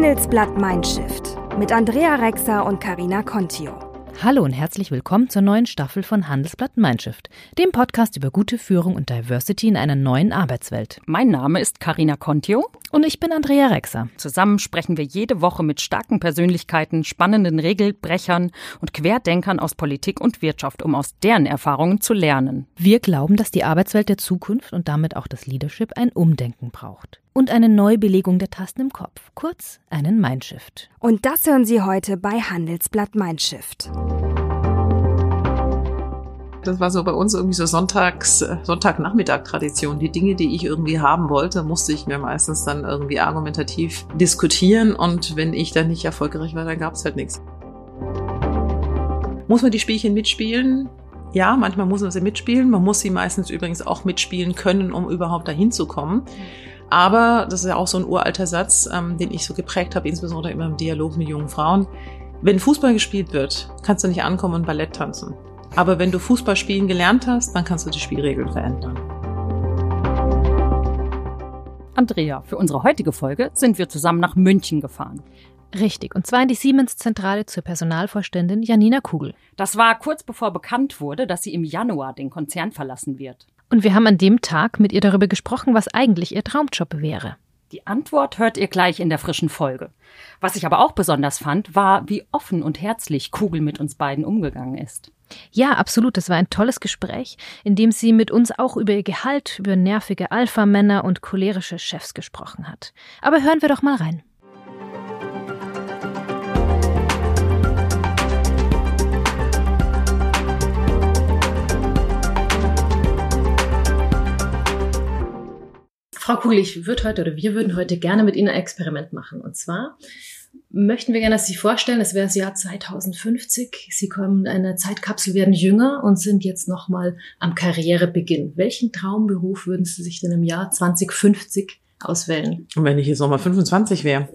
Handelsblatt Mindshift mit Andrea Rexer und Carina Contio. Hallo und herzlich willkommen zur neuen Staffel von Handelsblatt Mindshift, dem Podcast über gute Führung und Diversity in einer neuen Arbeitswelt. Mein Name ist Carina Contio. Und ich bin Andrea Rexer. Zusammen sprechen wir jede Woche mit starken Persönlichkeiten, spannenden Regelbrechern und Querdenkern aus Politik und Wirtschaft, um aus deren Erfahrungen zu lernen. Wir glauben, dass die Arbeitswelt der Zukunft und damit auch das Leadership ein Umdenken braucht. Und eine Neubelegung der Tasten im Kopf, kurz einen Mindshift. Und das hören Sie heute bei Handelsblatt Mindshift. Das war so bei uns irgendwie so Sonntagnachmittag-Tradition. Die Dinge, die ich irgendwie haben wollte, musste ich mir meistens dann irgendwie argumentativ diskutieren. Und wenn ich dann nicht erfolgreich war, dann gab es halt nichts. Muss man die Spielchen mitspielen? Ja, manchmal muss man sie mitspielen. Man muss sie meistens übrigens auch mitspielen können, um überhaupt dahin zu kommen. Aber das ist ja auch so ein uralter Satz, den ich so geprägt habe, insbesondere immer im Dialog mit jungen Frauen. Wenn Fußball gespielt wird, kannst du nicht ankommen und Ballett tanzen. Aber wenn du Fußball spielen gelernt hast, dann kannst du die Spielregeln verändern. Andrea, für unsere heutige Folge sind wir zusammen nach München gefahren. Richtig, und zwar in die Siemens-Zentrale zur Personalvorständin Janina Kugel. Das war kurz bevor bekannt wurde, dass sie im Januar den Konzern verlassen wird. Und wir haben an dem Tag mit ihr darüber gesprochen, was eigentlich ihr Traumjob wäre. Die Antwort hört ihr gleich in der frischen Folge. Was ich aber auch besonders fand, war, wie offen und herzlich Kugel mit uns beiden umgegangen ist. Ja, absolut. Das war ein tolles Gespräch, in dem sie mit uns auch über ihr Gehalt, über nervige Alpha-Männer und cholerische Chefs gesprochen hat. Aber hören wir doch mal rein. Frau Kugel, wir würden heute gerne mit Ihnen ein Experiment machen. Und zwar möchten wir gerne, dass Sie sich vorstellen, es wäre das Jahr 2050. Sie kommen in einer Zeitkapsel, werden jünger und sind jetzt nochmal am Karrierebeginn. Welchen Traumberuf würden Sie sich denn im Jahr 2050 auswählen? Und wenn ich jetzt nochmal 25 wäre?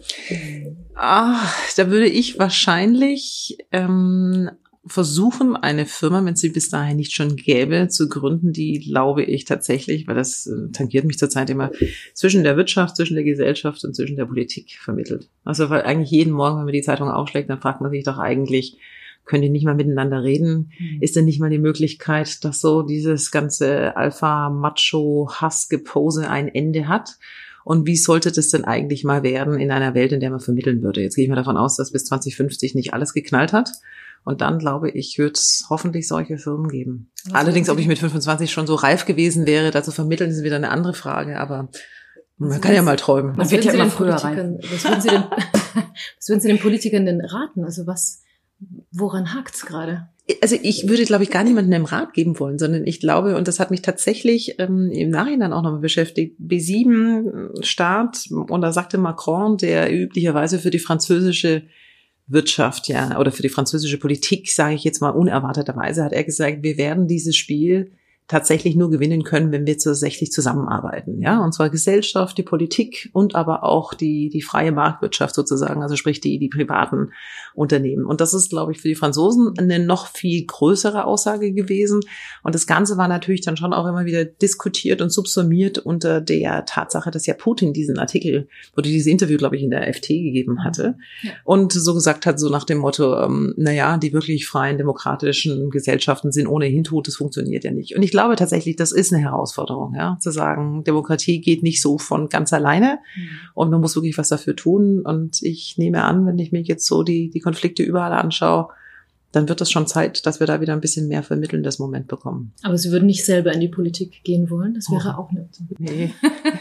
Da würde ich wahrscheinlich versuchen, eine Firma, wenn es sie bis dahin nicht schon gäbe, zu gründen, die, glaube ich, tatsächlich, weil das tangiert mich zurzeit immer, zwischen der Wirtschaft, zwischen der Gesellschaft und zwischen der Politik vermittelt. Also, weil eigentlich jeden Morgen, wenn man die Zeitung aufschlägt, dann fragt man sich doch eigentlich, können die nicht mal miteinander reden? Ist denn nicht mal die Möglichkeit, dass so dieses ganze Alpha-Macho-Hass-Gepose ein Ende hat? Und wie sollte das denn eigentlich mal werden in einer Welt, in der man vermitteln würde? Jetzt gehe ich mal davon aus, dass bis 2050 nicht alles geknallt hat. Und dann, glaube ich, wird es hoffentlich solche Firmen geben. Allerdings, ob ich mit 25 schon so reif gewesen wäre, da zu vermitteln, ist wieder eine andere Frage. Aber man kann ja mal träumen. Man wird ja immer früher reif. Was würden Sie den Politikern denn raten? Also woran hakt's gerade? Also ich würde, glaube ich, gar niemandem einen Rat geben wollen, sondern ich glaube, und das hat mich tatsächlich im Nachhinein auch nochmal beschäftigt, B7-Start, und da sagte Macron, der üblicherweise für die französische Wirtschaft, ja, oder für die französische Politik, sage ich jetzt mal unerwarteterweise, hat er gesagt, wir werden dieses Spiel tatsächlich nur gewinnen können, wenn wir tatsächlich zusammenarbeiten, ja, und zwar Gesellschaft, die Politik und aber auch die freie Marktwirtschaft sozusagen, also sprich die privaten Unternehmen. Und das ist, glaube ich, für die Franzosen eine noch viel größere Aussage gewesen. Und das Ganze war natürlich dann schon auch immer wieder diskutiert und subsumiert unter der Tatsache, dass ja Putin diesen Artikel oder dieses Interview, glaube ich, in der FT gegeben hatte, ja, und so gesagt hat, so nach dem Motto, die wirklich freien demokratischen Gesellschaften sind ohnehin tot, das funktioniert ja nicht. Und ich glaube tatsächlich, das ist eine Herausforderung, ja, zu sagen, Demokratie geht nicht so von ganz alleine und man muss wirklich was dafür tun. Und ich nehme an, wenn ich mir jetzt so die Konflikte überall anschaue, dann wird es schon Zeit, dass wir da wieder ein bisschen mehr vermittelndes Moment bekommen. Aber Sie würden nicht selber in die Politik gehen wollen? Das wäre auch eine Option. Nee.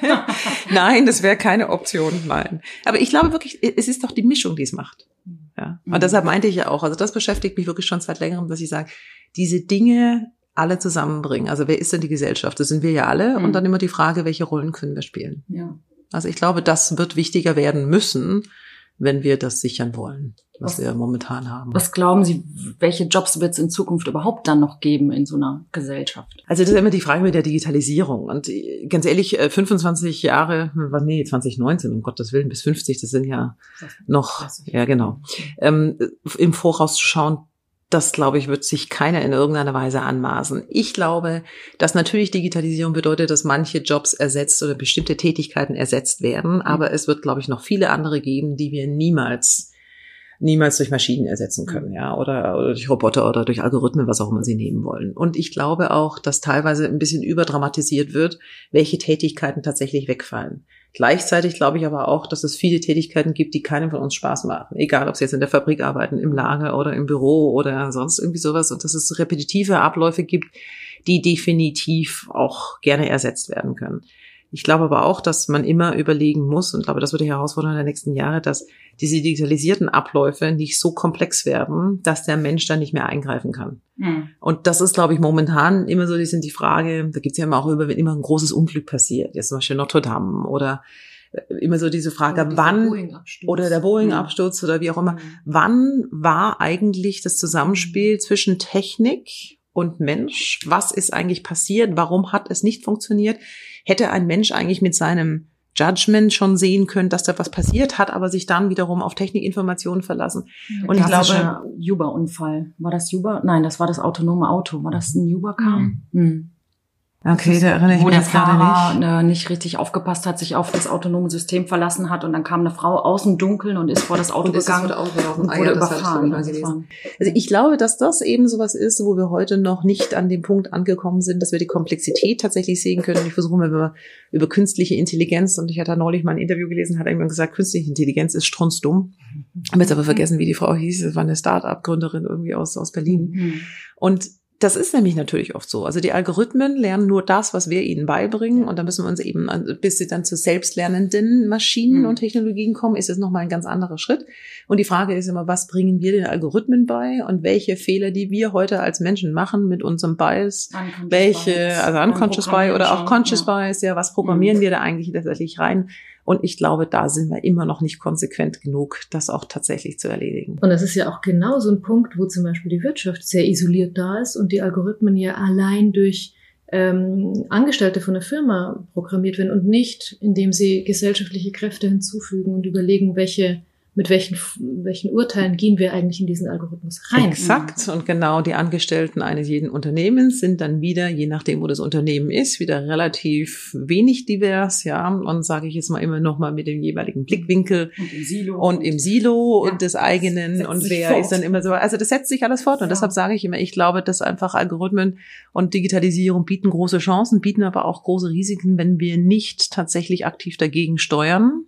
Nein, das wäre keine Option, nein. Aber ich glaube wirklich, es ist doch die Mischung, die es macht. Ja. Und deshalb meinte ich ja auch, also das beschäftigt mich wirklich schon seit längerem, dass ich sage, diese Dinge alle zusammenbringen. Also wer ist denn die Gesellschaft? Das sind wir ja alle. Und dann immer die Frage, welche Rollen können wir spielen? Ja. Also ich glaube, das wird wichtiger werden müssen, wenn wir das sichern wollen, was wir momentan haben. Was glauben Sie, welche Jobs wird es in Zukunft überhaupt dann noch geben in so einer Gesellschaft? Also das ist immer die Frage mit der Digitalisierung. Und ganz ehrlich, 25 Jahre, 2019, um Gottes Willen, bis 50, das sind ja noch, ja genau, im Voraus zu schauen, das, glaube ich, wird sich keiner in irgendeiner Weise anmaßen. Ich glaube, dass natürlich Digitalisierung bedeutet, dass manche Jobs ersetzt oder bestimmte Tätigkeiten ersetzt werden. Aber es wird, glaube ich, noch viele andere geben, die wir niemals durch Maschinen ersetzen können, ja, oder durch Roboter oder durch Algorithmen, was auch immer sie nehmen wollen. Und ich glaube auch, dass teilweise ein bisschen überdramatisiert wird, welche Tätigkeiten tatsächlich wegfallen. Gleichzeitig glaube ich aber auch, dass es viele Tätigkeiten gibt, die keinem von uns Spaß machen. Egal, ob sie jetzt in der Fabrik arbeiten, im Lager oder im Büro oder sonst irgendwie sowas. Und dass es repetitive Abläufe gibt, die definitiv auch gerne ersetzt werden können. Ich glaube aber auch, dass man immer überlegen muss, und ich glaube, das wird die Herausforderung der nächsten Jahre, dass diese digitalisierten Abläufe nicht so komplex werden, dass der Mensch da nicht mehr eingreifen kann. Mhm. Und das ist, glaube ich, momentan immer so, die Frage, da gibt's ja immer auch wenn immer ein großes Unglück passiert, jetzt zum Beispiel Notre Dame oder immer so diese Frage, wann, oder der Boeing-Absturz oder wie auch immer, wann war eigentlich das Zusammenspiel zwischen Technik und Mensch? Was ist eigentlich passiert? Warum hat es nicht funktioniert? Hätte ein Mensch eigentlich mit seinem Judgment schon sehen können, dass da was passiert hat, aber sich dann wiederum auf Technikinformationen verlassen. Und ich glaube, Uber-Unfall. War das Uber? Nein, das war das autonome Auto. War das ein Uber-Car? Mhm. Okay, da erinnere ich mich jetzt gerade nicht. Wo der Fahrer nicht richtig aufgepasst hat, sich auf das autonome System verlassen hat und dann kam eine Frau aus dem Dunkeln und ist vor das Auto gegangen und wurde überfahren. Also ich glaube, dass das eben sowas ist, wo wir heute noch nicht an dem Punkt angekommen sind, dass wir die Komplexität tatsächlich sehen können. Und ich versuche mal über künstliche Intelligenz, und ich hatte neulich mal ein Interview gelesen, hat irgendwann gesagt, künstliche Intelligenz ist strunzdumm. Ich habe jetzt aber vergessen, wie die Frau hieß. Das war eine Start-up-Gründerin irgendwie aus Berlin. Und das ist nämlich natürlich oft so. Also die Algorithmen lernen nur das, was wir ihnen beibringen. Und da müssen wir uns eben, bis sie dann zu selbstlernenden Maschinen und Technologien kommen, ist es nochmal ein ganz anderer Schritt. Und die Frage ist immer, was bringen wir den Algorithmen bei und welche Fehler, die wir heute als Menschen machen mit unserem Bias, Unconscious Bias oder auch Conscious Bias, ja, was programmieren wir da eigentlich tatsächlich rein? Und ich glaube, da sind wir immer noch nicht konsequent genug, das auch tatsächlich zu erledigen. Und das ist ja auch genau so ein Punkt, wo zum Beispiel die Wirtschaft sehr isoliert da ist und die Algorithmen ja allein durch Angestellte von der Firma programmiert werden und nicht, indem sie gesellschaftliche Kräfte hinzufügen und überlegen, mit welchen Urteilen gehen wir eigentlich in diesen Algorithmus rein. Exakt. Und genau die Angestellten eines jeden Unternehmens sind dann wieder, je nachdem, wo das Unternehmen ist, wieder relativ wenig divers, ja. Und sage ich jetzt mal immer noch mal mit dem jeweiligen Blickwinkel und im Silo und des eigenen. Und wer ist dann immer so, also das setzt sich alles fort. Und deshalb sage ich immer, ich glaube, dass einfach Algorithmen und Digitalisierung bieten große Chancen, bieten aber auch große Risiken, wenn wir nicht tatsächlich aktiv dagegen steuern.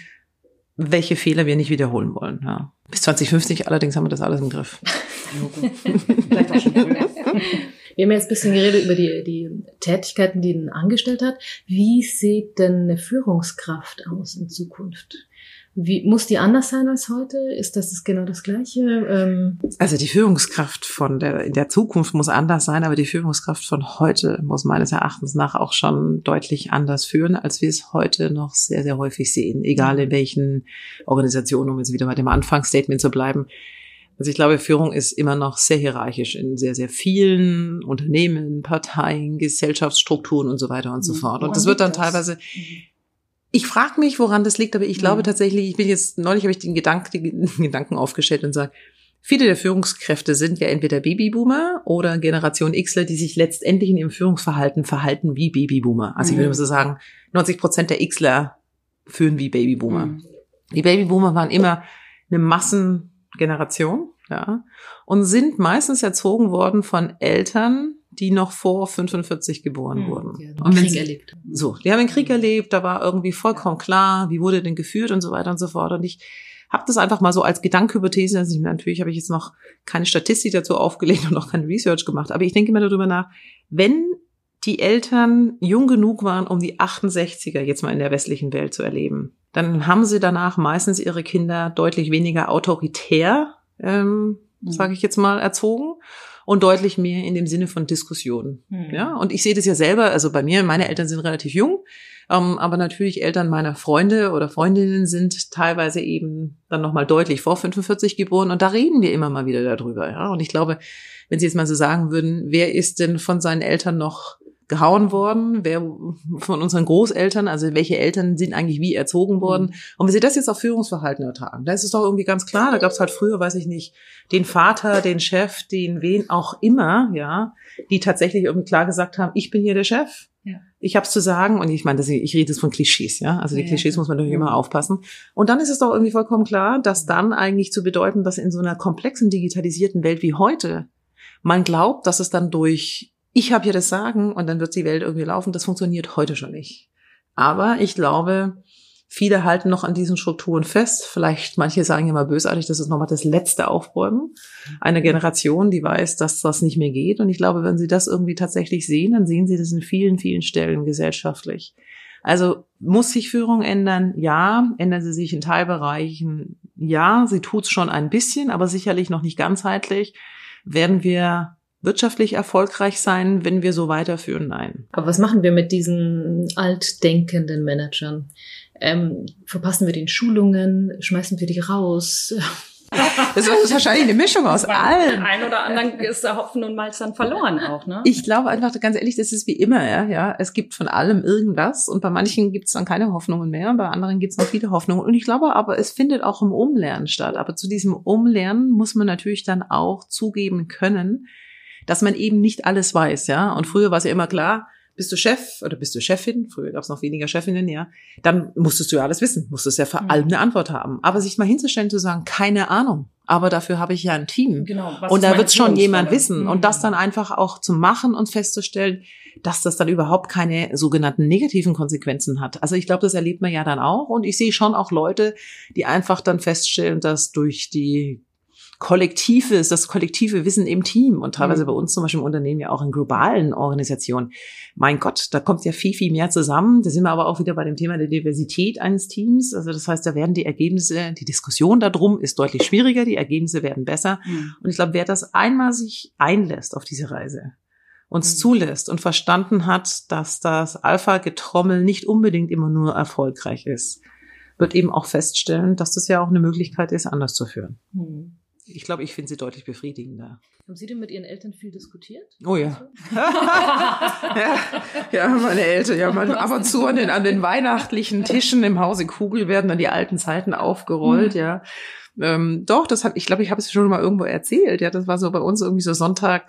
Welche Fehler wir nicht wiederholen wollen. Ja. Bis 2050 allerdings haben wir das alles im Griff. Vielleicht auch schon früher. Wir haben jetzt ein bisschen geredet über die Tätigkeiten, die ein Angestellter hat. Wie sieht denn eine Führungskraft aus in Zukunft? Muss die anders sein als heute? Ist das genau das Gleiche? Also die Führungskraft in der Zukunft muss anders sein, aber die Führungskraft von heute muss meines Erachtens nach auch schon deutlich anders führen, als wir es heute noch sehr, sehr häufig sehen. Egal in welchen Organisationen, um jetzt wieder bei dem Anfangsstatement zu bleiben. Also ich glaube, Führung ist immer noch sehr hierarchisch in sehr, sehr vielen Unternehmen, Parteien, Gesellschaftsstrukturen und so weiter und so fort. Und das wird dann teilweise... Ich frage mich, woran das liegt, aber ich glaube tatsächlich, neulich habe ich den Gedanken aufgestellt und sage, viele der Führungskräfte sind ja entweder Babyboomer oder Generation Xler, die sich letztendlich in ihrem Führungsverhalten verhalten wie Babyboomer. Also ich würde mal so sagen, 90% der Xler führen wie Babyboomer. Die Babyboomer waren immer eine Massengeneration, ja, und sind meistens erzogen worden von Eltern, die noch vor 45 geboren wurden. Die haben den Krieg erlebt. So, die haben den Krieg erlebt, da war irgendwie vollkommen klar, wie wurde denn geführt und so weiter und so fort. Und ich habe das einfach mal so als Gedankenhypothese, also natürlich habe ich jetzt noch keine Statistik dazu aufgelegt und noch kein Research gemacht, aber ich denke immer darüber nach, wenn die Eltern jung genug waren, um die 68er jetzt mal in der westlichen Welt zu erleben, dann haben sie danach meistens ihre Kinder deutlich weniger autoritär, sage ich jetzt mal, erzogen. Und deutlich mehr in dem Sinne von Diskussionen. Ja, und ich sehe das ja selber, also bei mir, meine Eltern sind relativ jung, aber natürlich Eltern meiner Freunde oder Freundinnen sind teilweise eben dann nochmal deutlich vor 45 geboren und da reden wir immer mal wieder darüber. Ja, und ich glaube, wenn Sie jetzt mal so sagen würden, wer ist denn von seinen Eltern noch gehauen worden, wer von unseren Großeltern, also welche Eltern sind eigentlich wie erzogen worden. Und wenn Sie das jetzt auf Führungsverhalten übertragen, da ist es doch irgendwie ganz klar, da gab es halt früher, weiß ich nicht, den Vater, den Chef, den wen auch immer, ja, die tatsächlich irgendwie klar gesagt haben, ich bin hier der Chef. Ja. Ich hab's zu sagen und ich meine, ich rede jetzt von Klischees, ja, also die Klischees muss man natürlich immer aufpassen. Und dann ist es doch irgendwie vollkommen klar, dass dann eigentlich zu bedeuten, dass in so einer komplexen, digitalisierten Welt wie heute man glaubt, dass es dann durch ich habe hier das Sagen und dann wird die Welt irgendwie laufen. Das funktioniert heute schon nicht. Aber ich glaube, viele halten noch an diesen Strukturen fest. Vielleicht, manche sagen immer bösartig, das ist nochmal das letzte Aufbäumen einer Generation, die weiß, dass das nicht mehr geht. Und ich glaube, wenn Sie das irgendwie tatsächlich sehen, dann sehen Sie das in vielen, vielen Stellen gesellschaftlich. Also muss sich Führung ändern? Ja. Ändern sie sich in Teilbereichen? Ja. Sie tut's schon ein bisschen, aber sicherlich noch nicht ganzheitlich. Werden wir wirtschaftlich erfolgreich sein, wenn wir so weiterführen? Nein. Aber was machen wir mit diesen altdenkenden Managern? Verpassen wir den Schulungen? Schmeißen wir die raus? Das ist wahrscheinlich eine Mischung aus allem. Ein oder anderen ist der Hopfen und Malz dann verloren auch, ne? Ich glaube einfach, ganz ehrlich, das ist wie immer, ja. Es gibt von allem irgendwas und bei manchen gibt es dann keine Hoffnungen mehr, bei anderen gibt es noch viele Hoffnungen. Und ich glaube aber, es findet auch im Umlernen statt. Aber zu diesem Umlernen muss man natürlich dann auch zugeben können, dass man eben nicht alles weiß, ja. Und früher war es ja immer klar, bist du Chef oder bist du Chefin, früher gab es noch weniger Chefinnen, ja, dann musstest du ja alles wissen, musstest ja für allem eine Antwort haben. Aber sich mal hinzustellen, zu sagen, keine Ahnung, aber dafür habe ich ja ein Team. Genau, und da wird schon jemand wissen. Und das dann einfach auch zu machen und festzustellen, dass das dann überhaupt keine sogenannten negativen Konsequenzen hat. Also ich glaube, das erlebt man ja dann auch. Und ich sehe schon auch Leute, die einfach dann feststellen, dass durch das kollektive Wissen im Team und teilweise bei uns zum Beispiel im Unternehmen ja auch in globalen Organisationen. Mein Gott, da kommt ja viel, viel mehr zusammen. Da sind wir aber auch wieder bei dem Thema der Diversität eines Teams. Also das heißt, da werden die Ergebnisse, die Diskussion darum ist deutlich schwieriger, die Ergebnisse werden besser. Und ich glaube, wer das einmal sich einlässt auf diese Reise, uns zulässt und verstanden hat, dass das Alpha-Getrommel nicht unbedingt immer nur erfolgreich ist, wird eben auch feststellen, dass das ja auch eine Möglichkeit ist, anders zu führen. Ich glaube, ich finde sie deutlich befriedigender. Haben Sie denn mit Ihren Eltern viel diskutiert? Oh ja. ja, meine Eltern, ja, ab und zu an den weihnachtlichen Tischen im Hause Kugel werden dann die alten Zeiten aufgerollt, ja. Doch, ich glaube, ich habe es schon mal irgendwo erzählt. Ja, das war so bei uns irgendwie so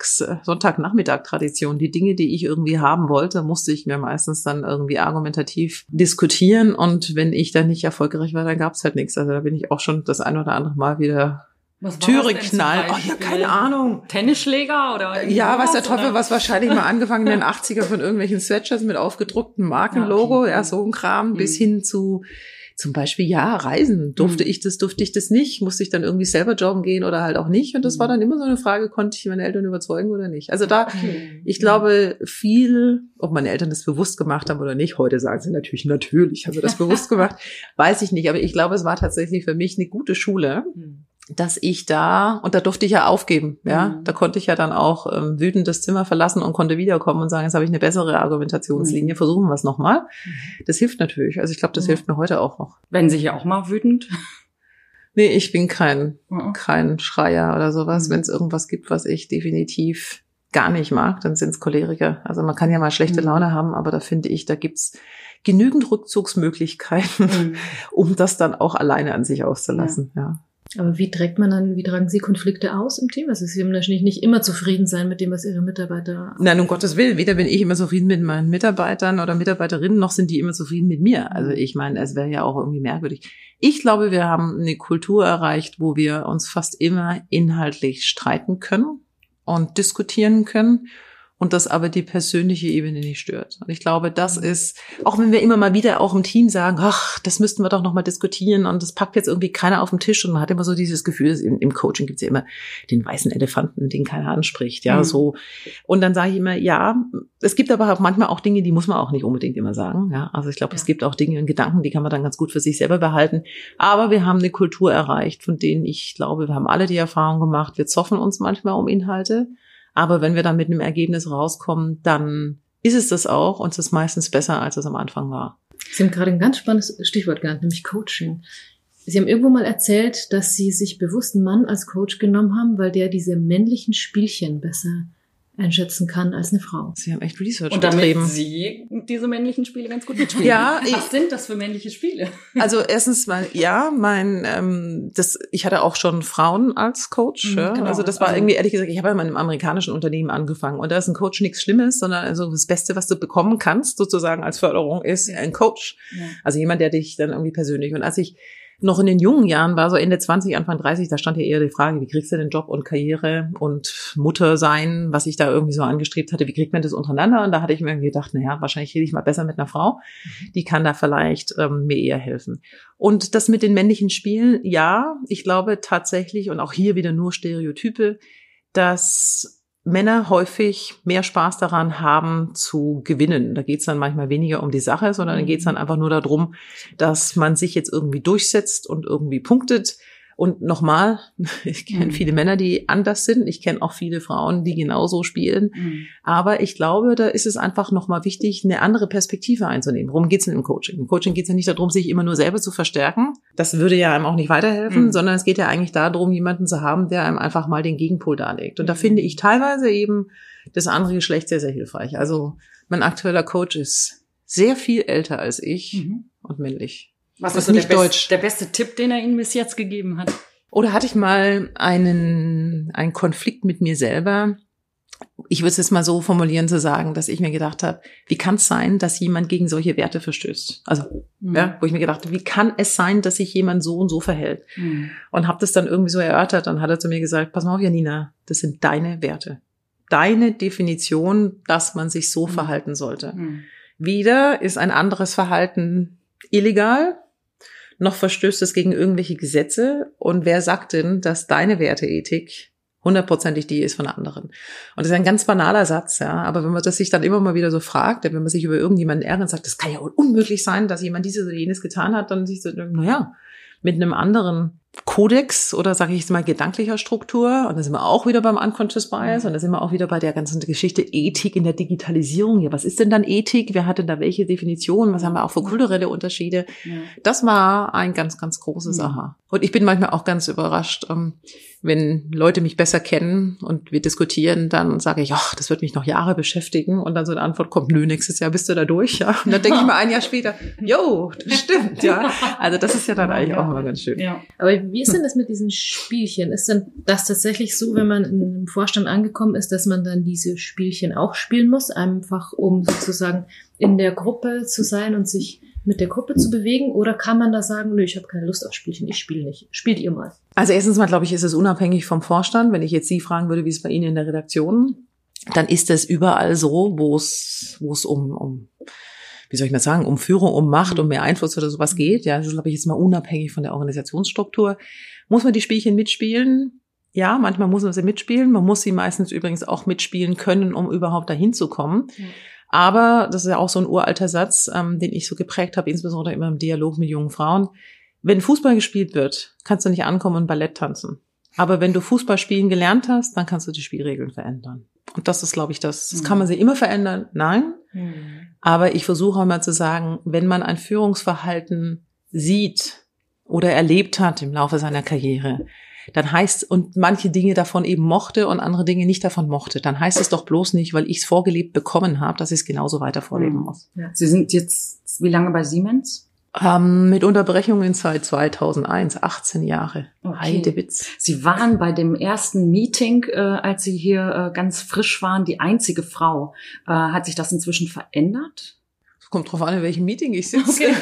Sonntagnachmittag-Tradition. Die Dinge, die ich irgendwie haben wollte, musste ich mir meistens dann irgendwie argumentativ diskutieren. Und wenn ich dann nicht erfolgreich war, dann gab es halt nichts. Also da bin ich auch schon das ein oder andere Mal wieder Türe knallen. Oh ja, keine Ahnung. Tennisschläger oder? Ja, weiß der Teufel, was wahrscheinlich mal angefangen in den 80er von irgendwelchen Sweatshirts mit aufgedrucktem Markenlogo, ja, so ein Kram, bis hin zu zum Beispiel, ja, Reisen. Durfte ich das nicht? Musste ich dann irgendwie selber joggen gehen oder halt auch nicht? Und das war dann immer so eine Frage, konnte ich meine Eltern überzeugen oder nicht? Also ich glaube, viel, ob meine Eltern das bewusst gemacht haben oder nicht, heute sagen sie natürlich haben sie das bewusst gemacht, weiß ich nicht. Aber ich glaube, es war tatsächlich für mich eine gute Schule, dass ich und da durfte ich ja aufgeben, ja. Da konnte ich ja dann auch wütend das Zimmer verlassen und konnte wiederkommen und sagen, jetzt habe ich eine bessere Argumentationslinie, versuchen wir es nochmal. Das hilft natürlich. Also ich glaube, das hilft mir heute auch noch. Werden Sie hier auch mal wütend? Nee, ich bin kein Schreier oder sowas. Wenn es irgendwas gibt, was ich definitiv gar nicht mag, dann sind es Choleriker. Also man kann ja mal schlechte Laune haben, aber da finde ich, da gibt's genügend Rückzugsmöglichkeiten, um das dann auch alleine an sich auszulassen, ja. Aber wie tragen Sie Konflikte aus im Team? Also Sie werden wahrscheinlich nicht immer zufrieden sein mit dem, was Ihre Mitarbeiter... Nein, um Gottes Willen. Weder bin ich immer zufrieden mit meinen Mitarbeitern oder Mitarbeiterinnen, noch sind die immer zufrieden mit mir. Also ich meine, es wäre ja auch irgendwie merkwürdig. Ich glaube, wir haben eine Kultur erreicht, wo wir uns fast immer inhaltlich streiten können und diskutieren können. Und das aber die persönliche Ebene nicht stört. Und ich glaube, das ist, auch wenn wir immer mal wieder auch im Team sagen, ach, das müssten wir doch noch mal diskutieren und das packt jetzt irgendwie keiner auf den Tisch und man hat immer so dieses Gefühl, im Coaching gibt's ja immer den weißen Elefanten, den keiner anspricht, ja, so. Und dann sage ich immer, ja, es gibt aber manchmal auch Dinge, die muss man auch nicht unbedingt immer sagen, ja. Also ich glaube, es gibt auch Dinge und Gedanken, die kann man dann ganz gut für sich selber behalten. Aber wir haben eine Kultur erreicht, von denen ich glaube, wir haben alle die Erfahrung gemacht, wir zoffen uns manchmal um Inhalte. Aber wenn wir dann mit einem Ergebnis rauskommen, dann ist es das auch und es ist meistens besser, als es am Anfang war. Sie haben gerade ein ganz spannendes Stichwort genannt, nämlich Coaching. Sie haben irgendwo mal erzählt, dass Sie sich bewusst einen Mann als Coach genommen haben, weil der diese männlichen Spielchen besser einschätzen kann als eine Frau. Sie haben echt Research und damit betrieben. Sie diese männlichen Spiele ganz gut mitspielen. Ja, was sind das für männliche Spiele? Also erstens mal, ja, ich hatte auch schon Frauen als Coach. Ja. Genau. Also das war irgendwie, ehrlich gesagt, ich habe ja in einem amerikanischen Unternehmen angefangen und da ist ein Coach nichts Schlimmes, sondern also das Beste, was du bekommen kannst, sozusagen als Förderung, ist ein Coach. Ja. Also jemand, der dich dann irgendwie persönlich, und als ich noch in den jungen Jahren war, so Ende 20, Anfang 30, da stand ja eher die Frage, wie kriegst du den Job und Karriere und Mutter sein, was ich da irgendwie so angestrebt hatte, wie kriegt man das untereinander? Und da hatte ich mir gedacht, wahrscheinlich rede ich mal besser mit einer Frau, die kann da vielleicht mir eher helfen. Und das mit den männlichen Spielen, ja, ich glaube tatsächlich, und auch hier wieder nur Stereotype, dass Männer häufig mehr Spaß daran haben zu gewinnen. Da geht es dann manchmal weniger um die Sache, sondern da geht es dann einfach nur darum, dass man sich jetzt irgendwie durchsetzt und irgendwie punktet. Und nochmal, ich kenne viele Männer, die anders sind. Ich kenne auch viele Frauen, die genauso spielen. Aber ich glaube, da ist es einfach nochmal wichtig, eine andere Perspektive einzunehmen. Worum geht's denn im Coaching? Im Coaching geht es ja nicht darum, sich immer nur selber zu verstärken. Das würde ja einem auch nicht weiterhelfen, sondern es geht ja eigentlich darum, jemanden zu haben, der einem einfach mal den Gegenpol darlegt. Und da finde ich teilweise eben das andere Geschlecht sehr, sehr hilfreich. Also mein aktueller Coach ist sehr viel älter als ich und männlich. Was ist so der beste Tipp, den er Ihnen bis jetzt gegeben hat? Oder hatte ich mal einen Konflikt mit mir selber? Ich würde es jetzt mal so formulieren, zu sagen, dass ich mir gedacht habe, wie kann es sein, dass jemand gegen solche Werte verstößt? Also, wo ich mir gedacht habe, wie kann es sein, dass sich jemand so und so verhält? Und habe das dann irgendwie so erörtert. Dann hat er zu mir gesagt, pass mal auf, Janina, das sind deine Werte. Deine Definition, dass man sich so verhalten sollte. Weder ist ein anderes Verhalten illegal, noch verstößt es gegen irgendwelche Gesetze. Und wer sagt denn, dass deine Werteethik 100%ig die ist von anderen? Und das ist ein ganz banaler Satz, ja. Aber wenn man das sich dann immer mal wieder so fragt, wenn man sich über irgendjemanden ärgert und sagt, das kann ja unmöglich sein, dass jemand dieses oder jenes getan hat, dann sich so, mit einem anderen Kodex oder sage ich jetzt mal gedanklicher Struktur, und da sind wir auch wieder beim Unconscious Bias und da sind wir auch wieder bei der ganzen Geschichte Ethik in der Digitalisierung. Ja, was ist denn dann Ethik? Wer hat denn da welche Definition? Was haben wir auch für kulturelle Unterschiede? Das war ein ganz, ganz große Sache. Und ich bin manchmal auch ganz überrascht, wenn Leute mich besser kennen und wir diskutieren, dann sage ich, ach, das wird mich noch Jahre beschäftigen, und dann so eine Antwort kommt, nö, nächstes Jahr bist du da durch, ja. Und dann denke ich mal ein Jahr später, jo, das stimmt, ja. Also das ist ja dann eigentlich auch mal ganz schön. Ja. Aber wie ist denn das mit diesen Spielchen? Ist denn das tatsächlich so, wenn man im Vorstand angekommen ist, dass man dann diese Spielchen auch spielen muss, einfach um sozusagen in der Gruppe zu sein und sich mit der Gruppe zu bewegen? Oder kann man da sagen, nö, ich habe keine Lust auf Spielchen, ich spiele nicht. Spielt ihr mal? Also erstens mal, glaube ich, ist es unabhängig vom Vorstand. Wenn ich jetzt Sie fragen würde, wie es bei Ihnen in der Redaktion, dann ist es überall so, wo es um wie soll ich mal sagen, um Führung, um Macht, um mehr Einfluss oder sowas geht. Ja, das ist, glaube ich, jetzt mal unabhängig von der Organisationsstruktur. Muss man die Spielchen mitspielen? Ja, manchmal muss man sie mitspielen. Man muss sie meistens übrigens auch mitspielen können, um überhaupt dahin zu kommen. Ja. Aber das ist ja auch so ein uralter Satz, den ich so geprägt habe, insbesondere immer im Dialog mit jungen Frauen. Wenn Fußball gespielt wird, kannst du nicht ankommen und Ballett tanzen. Aber wenn du Fußball spielen gelernt hast, dann kannst du die Spielregeln verändern. Und das ist, glaube ich, das kann man sie immer verändern? Nein. Aber ich versuche auch mal zu sagen, wenn man ein Führungsverhalten sieht oder erlebt hat im Laufe seiner Karriere, dann heißt, und manche Dinge davon eben mochte und andere Dinge nicht davon mochte, dann heißt es doch bloß nicht, weil ich es vorgelebt bekommen habe, dass ich es genauso weiter vorleben muss. Ja. Sie sind jetzt wie lange bei Siemens? Mit Unterbrechungen seit 2001, 18 Jahre. Okay. Heidewitz. Sie waren bei dem ersten Meeting, als Sie hier ganz frisch waren, die einzige Frau. Hat sich das inzwischen verändert? Kommt drauf an, in welchem Meeting ich sitze. Okay.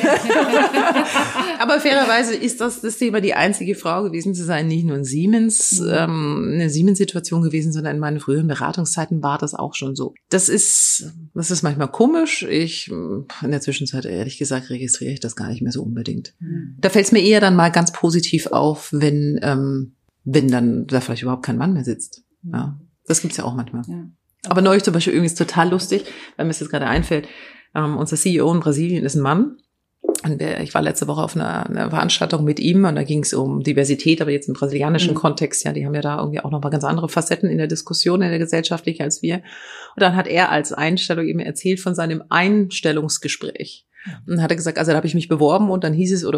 Aber fairerweise ist das Thema, die einzige Frau gewesen zu sein, nicht nur in Siemens, eine Siemens-Situation gewesen, sondern in meinen früheren Beratungszeiten war das auch schon so. Das ist manchmal komisch. In der Zwischenzeit, ehrlich gesagt, registriere ich das gar nicht mehr so unbedingt. Da fällt es mir eher dann mal ganz positiv auf, wenn dann da vielleicht überhaupt kein Mann mehr sitzt. Ja, das gibt's ja auch manchmal. Ja. Aber neulich zum Beispiel übrigens total lustig, weil mir das jetzt gerade einfällt. Unser CEO in Brasilien ist ein Mann. Und ich war letzte Woche auf einer Veranstaltung mit ihm und da ging es um Diversität, aber jetzt im brasilianischen Kontext. Ja, die haben ja da irgendwie auch noch mal ganz andere Facetten in der Diskussion, in der gesellschaftlichen als wir. Und dann hat er als Einstellung eben erzählt von seinem Einstellungsgespräch. Und dann hat er gesagt, also da habe ich mich beworben und dann hieß es,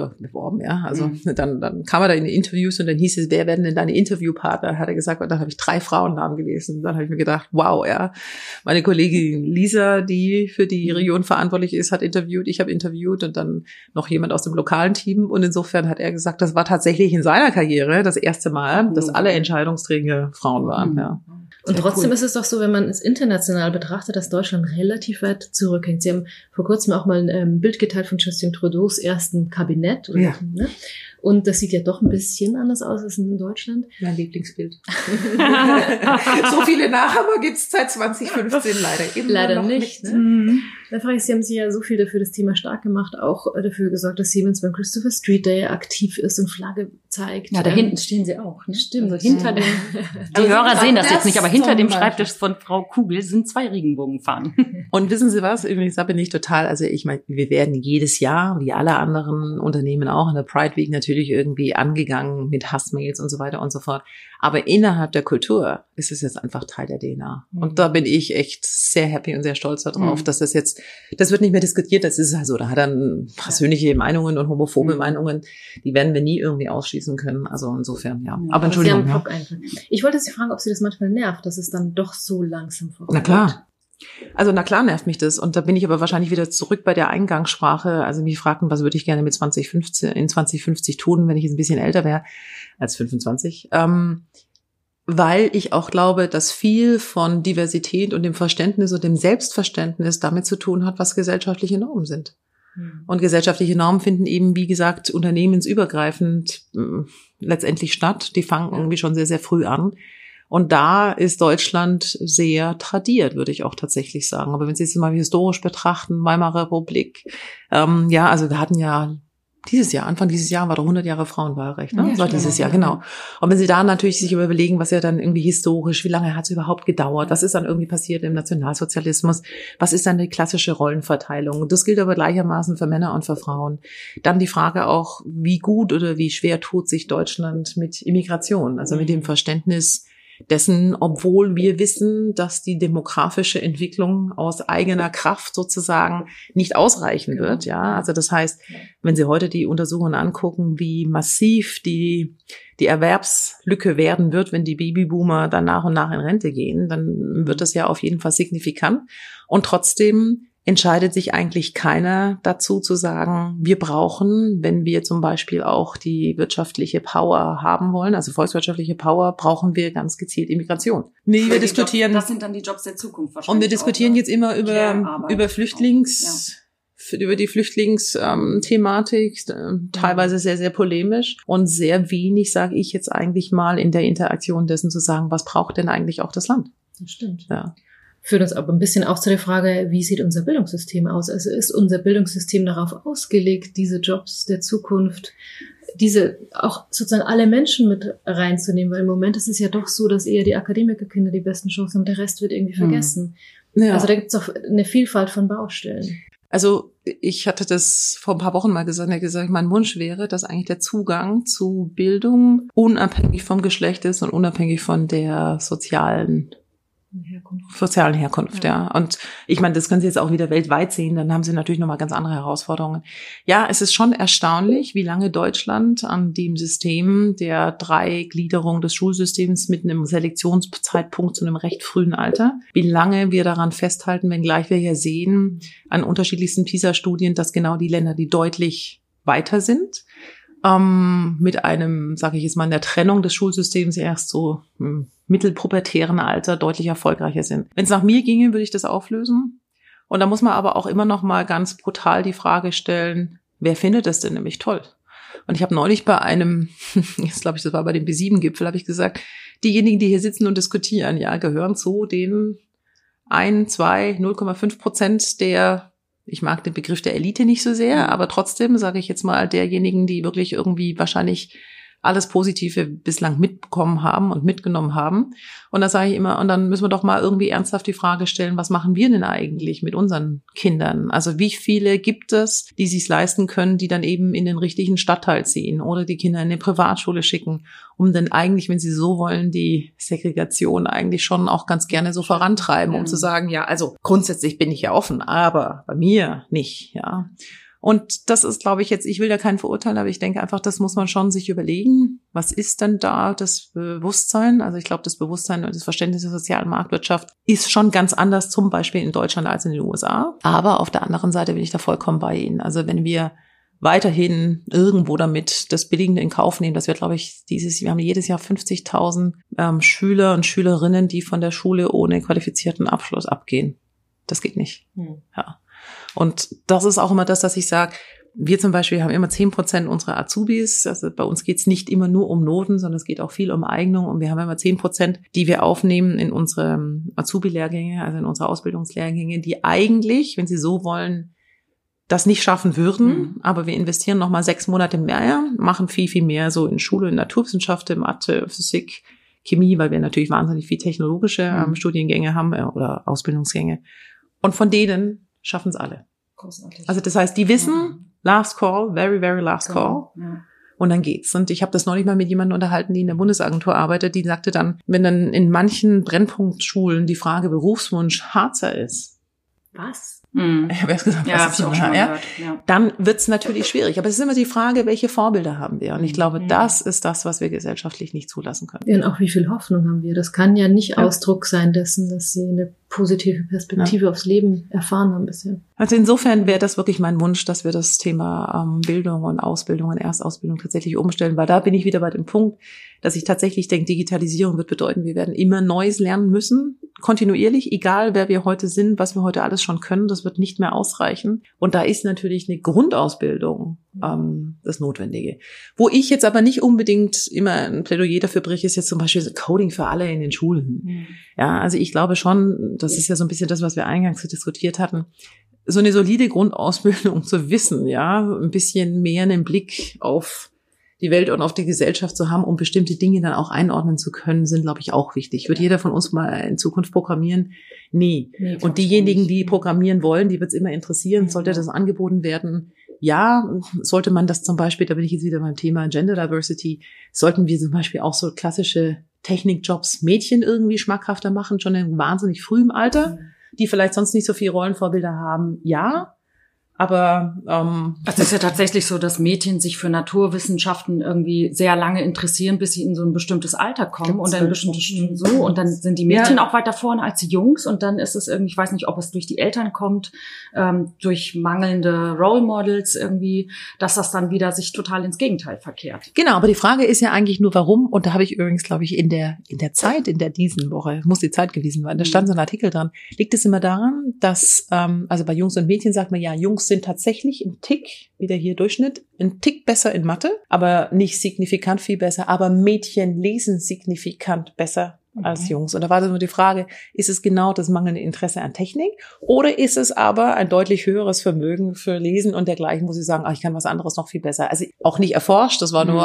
dann kam er da in die Interviews und dann hieß es, wer werden denn deine Interviewpartner? Hat er gesagt, und dann habe ich 3 Frauennamen gelesen. Und dann habe ich mir gedacht, wow, ja, meine Kollegin Lisa, die für die Region verantwortlich ist, hat interviewt, ich habe interviewt und dann noch jemand aus dem lokalen Team. Und insofern hat er gesagt, das war tatsächlich in seiner Karriere das erste Mal, dass alle Entscheidungsträger Frauen waren. Ja. Und trotzdem ist es doch so, wenn man es international betrachtet, dass Deutschland relativ weit zurückhängt. Sie haben vor kurzem auch mal ein Bild geteilt von Justin Trudeaus ersten Kabinett. Ne? Und das sieht ja doch ein bisschen anders aus als in Deutschland. Mein Lieblingsbild. So viele Nachahmer gibt's seit 2015 leider noch nicht. Ne? Da frage ich, Sie haben sich ja so viel dafür das Thema stark gemacht, auch dafür gesorgt, dass Siemens beim Christopher Street Day aktiv ist und Flagge zeigt. Ja, da hinten stehen Sie auch. Ne? Stimmt. Also hinter dem, die Hörer sehen das jetzt nicht, aber hinter dem Schreibtisch von Frau Kugel sind 2 Regenbogenfahnen. Und wissen Sie was? Übrigens, da bin ich total, also ich meine, wir werden jedes Jahr, wie alle anderen Unternehmen auch, in der Pride Week natürlich irgendwie angegangen mit Hassmails und so weiter und so fort. Aber innerhalb der Kultur ist es jetzt einfach Teil der DNA. Und da bin ich echt sehr happy und sehr stolz darauf, dass das wird nicht mehr diskutiert, das ist also, da hat er persönliche Meinungen und homophobe Meinungen, die werden wir nie irgendwie ausschließen können. Also insofern, ja. Aber Entschuldigung. Ja. Ich wollte Sie fragen, ob Sie das manchmal nervt, dass es dann doch so langsam vorangeht. Na klar. Also na klar nervt mich das. Und da bin ich aber wahrscheinlich wieder zurück bei der Eingangssprache. Also mich fragten, was würde ich gerne mit 2050 tun, wenn ich jetzt ein bisschen älter wäre als 25. Weil ich auch glaube, dass viel von Diversität und dem Verständnis und dem Selbstverständnis damit zu tun hat, was gesellschaftliche Normen sind. Und gesellschaftliche Normen finden eben, wie gesagt, unternehmensübergreifend letztendlich statt. Die fangen irgendwie schon sehr, sehr früh an. Und da ist Deutschland sehr tradiert, würde ich auch tatsächlich sagen. Aber wenn Sie es mal historisch betrachten, Weimarer Republik, also wir hatten ja Anfang dieses Jahr war doch 100 Jahre Frauenwahlrecht, ne? Ja, das war dieses Jahr, genau. Und wenn Sie da natürlich sich überlegen, was ja dann irgendwie historisch, wie lange hat es überhaupt gedauert, was ist dann irgendwie passiert im Nationalsozialismus, was ist dann die klassische Rollenverteilung? Das gilt aber gleichermaßen für Männer und für Frauen. Dann die Frage auch, wie gut oder wie schwer tut sich Deutschland mit Immigration, also mit dem Verständnis dessen, obwohl wir wissen, dass die demografische Entwicklung aus eigener Kraft sozusagen nicht ausreichen wird. Ja, also das heißt, wenn Sie heute die Untersuchungen angucken, wie massiv die Erwerbslücke werden wird, wenn die Babyboomer dann nach und nach in Rente gehen, dann wird das ja auf jeden Fall signifikant. Und trotzdem entscheidet sich eigentlich keiner dazu zu sagen, wir brauchen, wenn wir zum Beispiel auch die wirtschaftliche Power haben wollen, also volkswirtschaftliche Power, brauchen wir ganz gezielt Immigration. Nee, wir diskutieren. Das sind dann die Jobs der Zukunft wahrscheinlich. Und wir diskutieren jetzt immer über die Flüchtlingsthematik, teilweise sehr, sehr polemisch und sehr wenig, sage ich jetzt eigentlich mal, in der Interaktion dessen zu sagen, was braucht denn eigentlich auch das Land? Das stimmt. Ja. Führt uns aber ein bisschen auch zu der Frage, wie sieht unser Bildungssystem aus? Also ist unser Bildungssystem darauf ausgelegt, diese Jobs der Zukunft, diese auch sozusagen alle Menschen mit reinzunehmen? Weil im Moment ist es ja doch so, dass eher die Akademikerkinder die besten Chancen haben, der Rest wird irgendwie vergessen. Ja. Also da gibt es auch eine Vielfalt von Baustellen. Also ich hatte das vor ein paar Wochen mal gesagt, mein Wunsch wäre, dass eigentlich der Zugang zu Bildung unabhängig vom Geschlecht ist und unabhängig von der sozialen Herkunft, ja. Und ich meine, das können Sie jetzt auch wieder weltweit sehen, dann haben Sie natürlich nochmal ganz andere Herausforderungen. Ja, es ist schon erstaunlich, wie lange Deutschland an dem System der 3-Gliederung des Schulsystems mit einem Selektionszeitpunkt zu einem recht frühen Alter, wie lange wir daran festhalten, wenngleich wir ja sehen an unterschiedlichsten PISA-Studien, dass genau die Länder, die deutlich weiter sind, mit einem, sage ich jetzt mal, in der Trennung des Schulsystems erst so mittelpubertären Alter deutlich erfolgreicher sind. Wenn es nach mir ginge, würde ich das auflösen. Und da muss man aber auch immer noch mal ganz brutal die Frage stellen, wer findet das denn nämlich toll? Und ich habe neulich bei einem, jetzt glaube ich, das war bei dem B7-Gipfel, habe ich gesagt, diejenigen, die hier sitzen und diskutieren, ja, gehören zu den 0,5% der, ich mag den Begriff der Elite nicht so sehr, aber trotzdem sage ich jetzt mal derjenigen, die wirklich irgendwie wahrscheinlich alles Positive bislang mitbekommen haben und mitgenommen haben. Und da sage ich immer, und dann müssen wir doch mal irgendwie ernsthaft die Frage stellen, was machen wir denn eigentlich mit unseren Kindern? Also wie viele gibt es, die sich leisten können, die dann eben in den richtigen Stadtteil ziehen oder die Kinder in eine Privatschule schicken, um dann eigentlich, wenn sie so wollen, die Segregation eigentlich schon auch ganz gerne so vorantreiben, um zu sagen, ja, also grundsätzlich bin ich ja offen, aber bei mir nicht, ja. Und das ist, glaube ich, jetzt, ich will da keinen verurteilen, aber ich denke einfach, das muss man schon sich überlegen. Was ist denn da das Bewusstsein? Also ich glaube, das Bewusstsein und das Verständnis der sozialen Marktwirtschaft ist schon ganz anders, zum Beispiel in Deutschland als in den USA. Aber auf der anderen Seite bin ich da vollkommen bei Ihnen. Also wenn wir weiterhin irgendwo damit das Billigende in Kauf nehmen, dass wir, glaube ich, wir haben jedes Jahr 50.000 Schüler und Schülerinnen, die von der Schule ohne qualifizierten Abschluss abgehen. Das geht nicht. Ja. Und das ist auch immer das, dass ich sage, wir zum Beispiel haben immer 10% unserer Azubis, also bei uns geht's nicht immer nur um Noten, sondern es geht auch viel um Eignung und wir haben immer 10%, die wir aufnehmen in unsere Azubi-Lehrgänge, also in unsere Ausbildungslehrgänge, die eigentlich, wenn sie so wollen, das nicht schaffen würden, aber wir investieren nochmal 6 Monate mehr, machen viel mehr so in Schule, in Naturwissenschaften, Mathe, Physik, Chemie, weil wir natürlich wahnsinnig viel technologische Studiengänge haben oder Ausbildungsgänge. Und von denen schaffen es alle. Großartig. Also das heißt, die wissen, last call, very, very last call. Ja. Und dann geht's. Und ich habe das neulich mal mit jemandem unterhalten, die in der Bundesagentur arbeitet, die sagte dann, wenn dann in manchen Brennpunktschulen die Frage Berufswunsch Harzer ist. Was? Ich habe erst gesagt, was ist schon gehört. Ja. Dann wird's natürlich schwierig. Aber es ist immer die Frage, welche Vorbilder haben wir? Und ich glaube, das ist das, was wir gesellschaftlich nicht zulassen können. Ja, und auch wie viel Hoffnung haben wir? Das kann ja nicht Ausdruck sein dessen, dass sie eine positive Perspektive aufs Leben erfahren haben bisher. Also insofern wäre das wirklich mein Wunsch, dass wir das Thema Bildung und Ausbildung und Erstausbildung tatsächlich umstellen, weil da bin ich wieder bei dem Punkt, dass ich tatsächlich denke, Digitalisierung wird bedeuten, wir werden immer Neues lernen müssen, kontinuierlich, egal wer wir heute sind, was wir heute alles schon können, das wird nicht mehr ausreichen. Und da ist natürlich eine Grundausbildung das Notwendige. Wo ich jetzt aber nicht unbedingt immer ein Plädoyer dafür breche, ist jetzt zum Beispiel Coding für alle in den Schulen. Ja, also ich glaube schon, das ist ja so ein bisschen das, was wir eingangs diskutiert hatten, so eine solide Grundausbildung zu wissen, ja, ein bisschen mehr einen Blick auf die Welt und auf die Gesellschaft zu haben, um bestimmte Dinge dann auch einordnen zu können, sind, glaube ich, auch wichtig. Wird jeder von uns mal in Zukunft programmieren? Nee. Und diejenigen, die programmieren wollen, die wird es immer interessieren. Sollte das angeboten werden? Ja. Sollte man das zum Beispiel, da bin ich jetzt wieder beim Thema Gender Diversity, sollten wir zum Beispiel auch so klassische Technikjobs Mädchen irgendwie schmackhafter machen, schon in wahnsinnig frühem Alter, die vielleicht sonst nicht so viele Rollenvorbilder haben? Ja. Aber es ist ja tatsächlich so, dass Mädchen sich für Naturwissenschaften irgendwie sehr lange interessieren, bis sie in so ein bestimmtes Alter kommen und dann und dann sind die Mädchen auch weiter vorne als die Jungs und dann ist es irgendwie, ich weiß nicht, ob es durch die Eltern kommt, durch mangelnde Role Models irgendwie, dass das dann wieder sich total ins Gegenteil verkehrt. Genau, aber die Frage ist ja eigentlich nur, warum, und da habe ich übrigens, glaube ich, in der Zeit, in der diesen Woche, muss die Zeit gewesen sein, da stand so ein Artikel dran, liegt es immer daran, dass, also bei Jungs und Mädchen sagt man ja, Jungs sind tatsächlich ein Tick, wieder hier Durchschnitt, ein Tick besser in Mathe, aber nicht signifikant viel besser, aber Mädchen lesen signifikant besser als Jungs. Und da war dann nur die Frage, ist es genau das mangelnde Interesse an Technik oder ist es aber ein deutlich höheres Vermögen für Lesen und dergleichen, muss ich sagen, ich kann was anderes noch viel besser. Also auch nicht erforscht, das war nur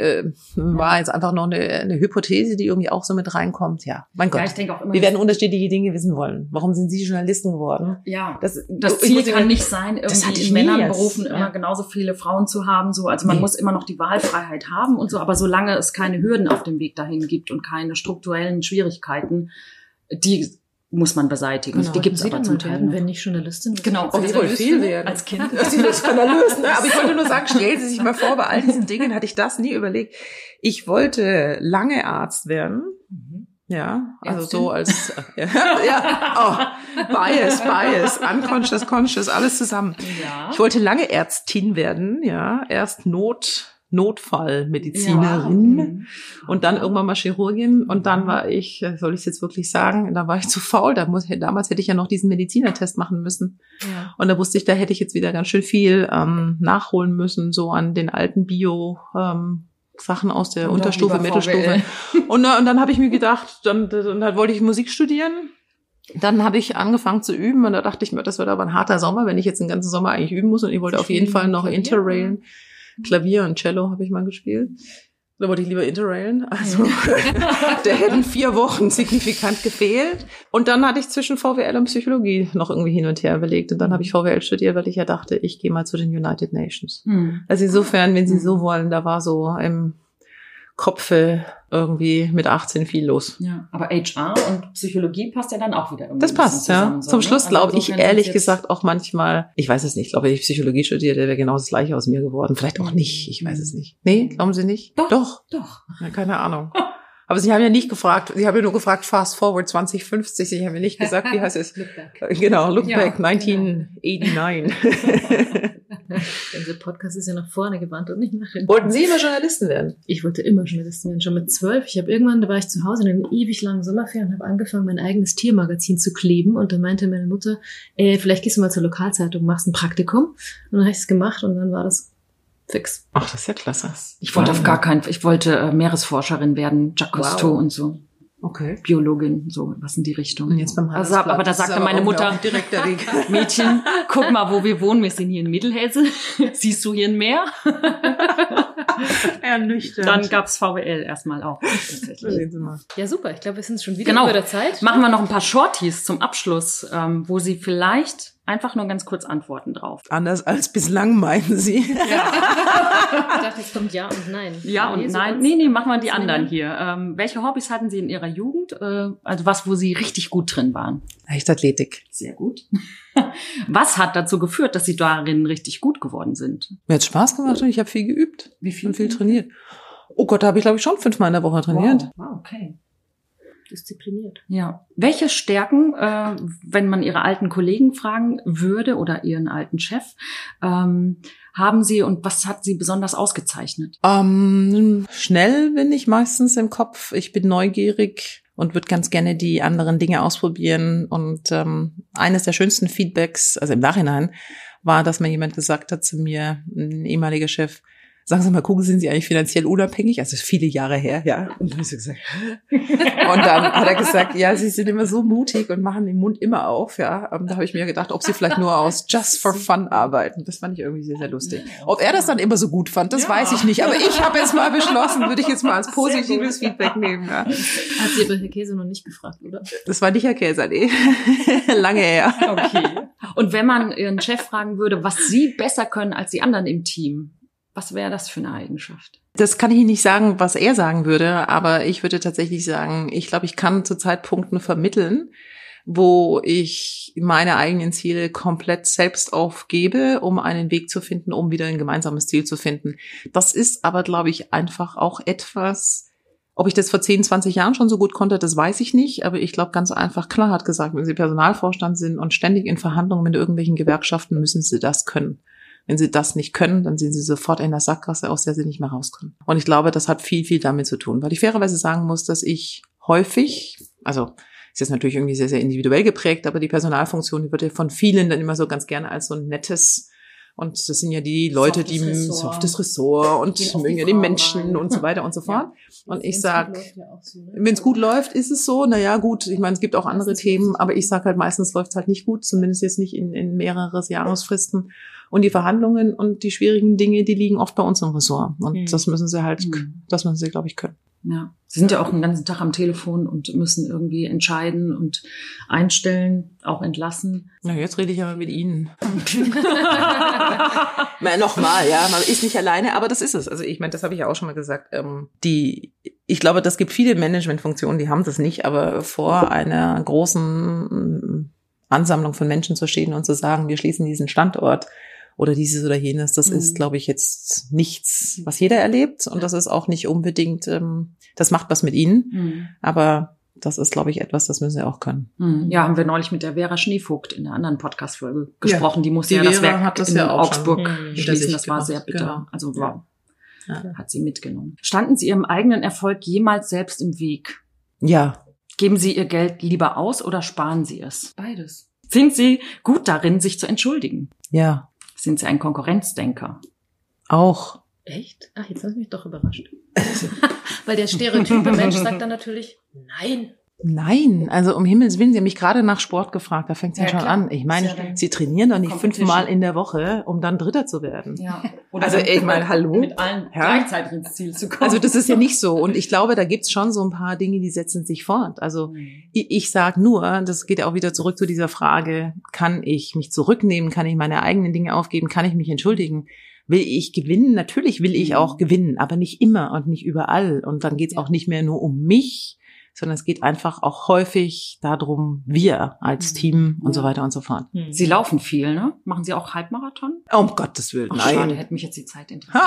war jetzt einfach noch eine Hypothese, die irgendwie auch so mit reinkommt. Ja, mein Gott, ich denke auch immer, wir werden unterschiedliche Dinge wissen wollen. Warum sind Sie Journalisten geworden? Ja, das Ziel kann nicht sein, irgendwie in Männerberufen immer genauso viele Frauen zu haben. So, also man muss immer noch die Wahlfreiheit haben und so, aber solange es keine Hürden auf dem Weg dahin gibt und keine strukturellen Schwierigkeiten, die muss man beseitigen. Genau. Die gibt es aber zum Teil werden, wenn nicht Journalistin. Genau, ich wollte viel werden. Als Kind. Sie das skandalös, ne? Aber ich wollte nur sagen, stellen Sie sich mal vor, bei all diesen Dingen hatte ich das nie überlegt. Ich wollte lange Arzt werden. Ja, also Ärztin? So als, Bias, unconscious, conscious, alles zusammen. Ja. Ich wollte lange Ärztin werden, ja, erst Notfallmedizinerin und dann irgendwann mal Chirurgin und dann war ich, soll ich es jetzt wirklich sagen, da war ich zu faul, damals hätte ich ja noch diesen Medizinertest machen müssen und da wusste ich, da hätte ich jetzt wieder ganz schön viel nachholen müssen, so an den alten Bio Sachen aus der Unterstufe, Mittelstufe und dann habe ich mir gedacht, dann wollte ich Musik studieren. Dann habe ich angefangen zu üben und da dachte ich mir, das wird aber ein harter Sommer, wenn ich jetzt den ganzen Sommer eigentlich üben muss und ich wollte auf jeden Fall noch Interrailen. Klavier und Cello habe ich mal gespielt. Da wollte ich lieber Interrailen. Also der hätten 4 Wochen signifikant gefehlt. Und dann hatte ich zwischen VWL und Psychologie noch irgendwie hin und her überlegt. Und dann habe ich VWL studiert, weil ich ja dachte, ich gehe mal zu den United Nations. Also insofern, wenn Sie so wollen, da war so im Kopfe irgendwie mit 18 viel los. Ja, aber HR und Psychologie passt ja dann auch wieder irgendwie. Das passt, ja. Zum Schluss glaube ich ehrlich gesagt auch manchmal, ich weiß es nicht, ich glaube, wenn ich Psychologie studierte, wäre genau das Gleiche aus mir geworden. Vielleicht auch nicht, ich weiß es nicht. Nee, glauben Sie nicht? Doch. Ja, keine Ahnung. Aber Sie haben ja nicht gefragt, Sie haben ja nur gefragt, Fast Forward 2050. Sie haben ja nicht gesagt, wie heißt es? Look back. Genau, Look back 1989. Unser Podcast ist ja nach vorne gewandt und nicht nach hinten. Wollten Sie immer Journalisten werden? Ich wollte immer Journalistin werden, schon mit 12. Da war ich zu Hause in einem ewig langen Sommerferien und habe angefangen, mein eigenes Tiermagazin zu kleben. Und dann meinte meine Mutter, vielleicht gehst du mal zur Lokalzeitung, machst ein Praktikum. Und dann habe ich es gemacht und dann war das fix. Ach, das ist ja klasse. Ich wollte Meeresforscherin werden, Jacques Cousteau und so. Okay. Biologin, so was in die Richtung. Und jetzt beim Handelsplatz. Aber da sagte meine Mutter, direkter Weg. Mädchen, guck mal, wo wir wohnen. Wir sind hier in Mittelhesse. Siehst du hier ein Meer? Ernüchternd. Dann gab's VWL erstmal auch. Tatsächlich. Ja, super. Ich glaube, wir sind schon wieder über der Zeit. Machen wir noch ein paar Shorties zum Abschluss, wo Sie vielleicht einfach nur ganz kurz antworten drauf. Anders als bislang, meinen Sie? Ja. Ich dachte, jetzt kommt Ja und Nein. Ja und Nein. Nee, machen wir die anderen hier. Welche Hobbys hatten Sie in Ihrer Jugend? Also was, wo Sie richtig gut drin waren? Leichtathletik. Sehr gut. Was hat dazu geführt, dass Sie darin richtig gut geworden sind? Mir hat Spaß gemacht und ich habe viel geübt. Wie viel? Und viel trainiert. Oh Gott, da habe ich, glaube ich, schon 5-mal in der Woche trainiert. Wow, okay. Diszipliniert. Ja. Welche Stärken, wenn man Ihre alten Kollegen fragen würde oder Ihren alten Chef, haben Sie und was hat Sie besonders ausgezeichnet? Schnell bin ich meistens im Kopf. Ich bin neugierig und würde ganz gerne die anderen Dinge ausprobieren. Und eines der schönsten Feedbacks, also im Nachhinein, war, dass mir jemand gesagt hat zu mir, ein ehemaliger Chef, sagen Sie mal, Kugel, sind Sie eigentlich finanziell unabhängig? Also viele Jahre her, ja. Und dann habe ich so gesagt, und dann hat er gesagt, ja, Sie sind immer so mutig und machen den Mund immer auf, ja. Da habe ich mir gedacht, ob Sie vielleicht nur aus Just for Fun arbeiten. Das fand ich irgendwie sehr, sehr lustig. Ob er das dann immer so gut fand, das weiß ich nicht. Aber ich habe jetzt mal beschlossen, würde ich jetzt mal als positives Feedback nehmen. Ja. Hat Sie aber Herr Käse noch nicht gefragt, oder? Das war nicht Herr Käser, nee. Lange her. Okay. Und wenn man Ihren Chef fragen würde, was Sie besser können als die anderen im Team, was wäre das für eine Eigenschaft? Das kann ich nicht sagen, was er sagen würde, aber ich würde tatsächlich sagen, ich glaube, ich kann zu Zeitpunkten vermitteln, wo ich meine eigenen Ziele komplett selbst aufgebe, um einen Weg zu finden, um wieder ein gemeinsames Ziel zu finden. Das ist aber, glaube ich, einfach auch etwas, ob ich das vor 10, 20 Jahren schon so gut konnte, das weiß ich nicht, aber ich glaube ganz einfach, klar hat gesagt, wenn Sie Personalvorstand sind und ständig in Verhandlungen mit irgendwelchen Gewerkschaften, müssen Sie das können. Wenn Sie das nicht können, dann sind Sie sofort in der Sackgasse, aus der Sie nicht mehr rauskommen. Und ich glaube, das hat viel, viel damit zu tun, weil ich fairerweise sagen muss, dass ich häufig, also ist jetzt natürlich irgendwie sehr, sehr individuell geprägt, aber die Personalfunktion, die wird ja von vielen dann immer so ganz gerne als so ein nettes, und das sind ja die Leute, die softes Ressort und mögen ja die Menschen und so weiter und so fort. Ja. Und ich sag, wenn es gut läuft, ist es so. Naja, gut, ich meine, es gibt auch andere Themen, aber ich sag halt, meistens läuft es halt nicht gut, zumindest jetzt nicht in mehrere Jahresfristen. Und die Verhandlungen und die schwierigen Dinge, die liegen oft bei uns im Ressort. Und das müssen sie halt, glaube ich, können. Ja. Sie sind ja auch den ganzen Tag am Telefon und müssen irgendwie entscheiden und einstellen, auch entlassen. Na, jetzt rede ich aber mit Ihnen. Nochmal, ja, man ist nicht alleine, aber das ist es. Also ich meine, das habe ich ja auch schon mal gesagt. Ich glaube, das gibt viele Managementfunktionen, die haben das nicht, aber vor einer großen Ansammlung von Menschen zu stehen und zu sagen, wir schließen diesen Standort oder dieses oder jenes, das ist, glaube ich, jetzt nichts, was jeder erlebt. Und das ist auch nicht unbedingt, das macht was mit ihnen. Aber das ist, glaube ich, etwas, das müssen sie auch können. Ja, haben wir neulich mit der Vera Schneevogt in einer anderen Podcast-Folge gesprochen. Die musste ja das Werk hat das in ja auch Augsburg schließen. Das war sehr bitter. Genau. Also hat sie mitgenommen. Standen Sie Ihrem eigenen Erfolg jemals selbst im Weg? Ja. Geben Sie Ihr Geld lieber aus oder sparen Sie es? Beides. Sind Sie gut darin, sich zu entschuldigen? Ja. Sind Sie ein Konkurrenzdenker? Auch. Echt? Ach, jetzt haben Sie mich doch überrascht. Weil der stereotype Mensch sagt dann natürlich, nein. Nein, also um Himmels Willen, Sie haben mich gerade nach Sport gefragt, da fängt es ja schon an. Ich meine, Sie trainieren doch nicht 5-mal in der Woche, um dann Dritter zu werden. Ja. Oder also ich meine, hallo? Mit allen gleichzeitig ins Ziel zu kommen. Also das ist ja nicht so. Und ich glaube, da gibt's schon so ein paar Dinge, die setzen sich fort. Also ich sage nur, das geht ja auch wieder zurück zu dieser Frage, kann ich mich zurücknehmen, kann ich meine eigenen Dinge aufgeben, kann ich mich entschuldigen? Will ich gewinnen? Natürlich will ich auch gewinnen, aber nicht immer und nicht überall. Und dann geht's auch nicht mehr nur um mich, sondern es geht einfach auch häufig darum, wir als Team und so weiter und so fort. Sie laufen viel, ne? Machen Sie auch Halbmarathon? Um Gottes Willen, nein. Schade, hätte mich jetzt die Zeit interessiert.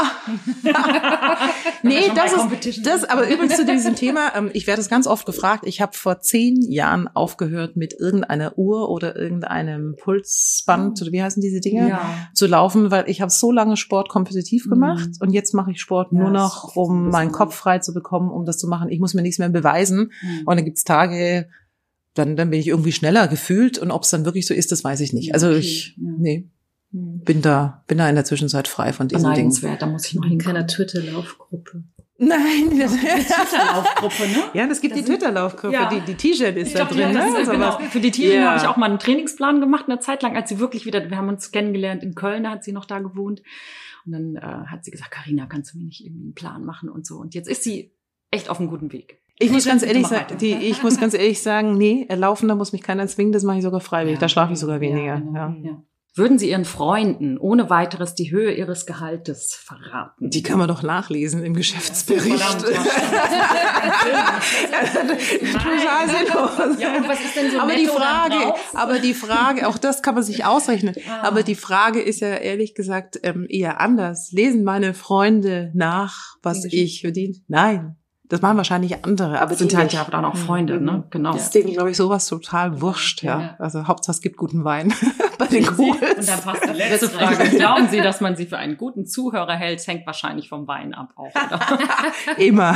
Nee, das aber übrigens zu diesem Thema, ich werde es ganz oft gefragt, ich habe vor 10 Jahren aufgehört, mit irgendeiner Uhr oder irgendeinem Pulsband, oder wie heißen diese Dinge, zu laufen, weil ich habe so lange Sport kompetitiv gemacht und jetzt mache ich Sport nur noch, um meinen Kopf frei zu bekommen, um das zu machen. Ich muss mir nichts mehr beweisen. Und dann gibt's Tage, dann bin ich irgendwie schneller gefühlt und ob es dann wirklich so ist, das weiß ich nicht. Also bin da in der Zwischenzeit frei von diesen Dingen. Da muss ich noch in keiner Twitter-Laufgruppe. Nein, das ist die Twitter-Laufgruppe, ne? Ja, das gibt die Twitter-Laufgruppe, die T-Shirt ist da drin. Genau. Für die T-Shirt habe ich auch mal einen Trainingsplan gemacht, eine Zeit lang, als sie wirklich wieder, wir haben uns kennengelernt in Köln, da hat sie noch da gewohnt. Und dann hat sie gesagt, Carina, kannst du mir nicht irgendwie einen Plan machen und so. Und jetzt ist sie echt auf einem guten Weg. Ich muss ganz ehrlich sagen, nee, laufen, da muss mich keiner zwingen, das mache ich sogar freiwillig, da schlafe ich sogar weniger. Ja. Würden Sie Ihren Freunden ohne weiteres die Höhe Ihres Gehaltes verraten? Die kann man doch nachlesen im Geschäftsbericht. Total sinnlos. Ja, und was ist denn so aber die Frage, auch das kann man sich ausrechnen. Aber die Frage ist ja ehrlich gesagt eher anders. Lesen meine Freunde nach, was ich verdiene? Nein. Das machen wahrscheinlich andere, aber sind halt ja dann auch Freunde, ne? Genau. Das ist denen, glaube ich, sowas total wurscht, ja. Also Hauptsache es gibt guten Wein bei den Kugeln. Und dann passt die letzte Frage. Glauben Sie, dass man Sie für einen guten Zuhörer hält? Das hängt wahrscheinlich vom Wein ab auch, oder? Immer.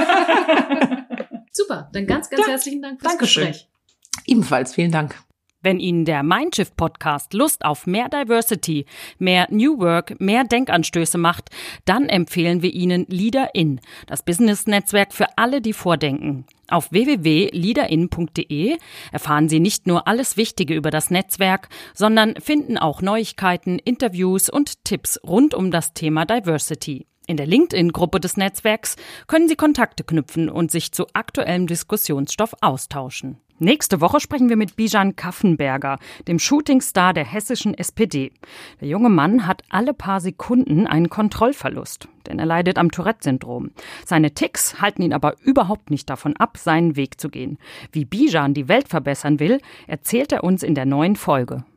Super, dann ganz herzlichen Dank fürs Gespräch. Ebenfalls, vielen Dank. Wenn Ihnen der Mindshift-Podcast Lust auf mehr Diversity, mehr New Work, mehr Denkanstöße macht, dann empfehlen wir Ihnen Leader-In, das Business-Netzwerk für alle, die vordenken. Auf www.leaderin.de erfahren Sie nicht nur alles Wichtige über das Netzwerk, sondern finden auch Neuigkeiten, Interviews und Tipps rund um das Thema Diversity. In der LinkedIn-Gruppe des Netzwerks können Sie Kontakte knüpfen und sich zu aktuellem Diskussionsstoff austauschen. Nächste Woche sprechen wir mit Bijan Kaffenberger, dem Shootingstar der hessischen SPD. Der junge Mann hat alle paar Sekunden einen Kontrollverlust, denn er leidet am Tourette-Syndrom. Seine Tics halten ihn aber überhaupt nicht davon ab, seinen Weg zu gehen. Wie Bijan die Welt verbessern will, erzählt er uns in der neuen Folge.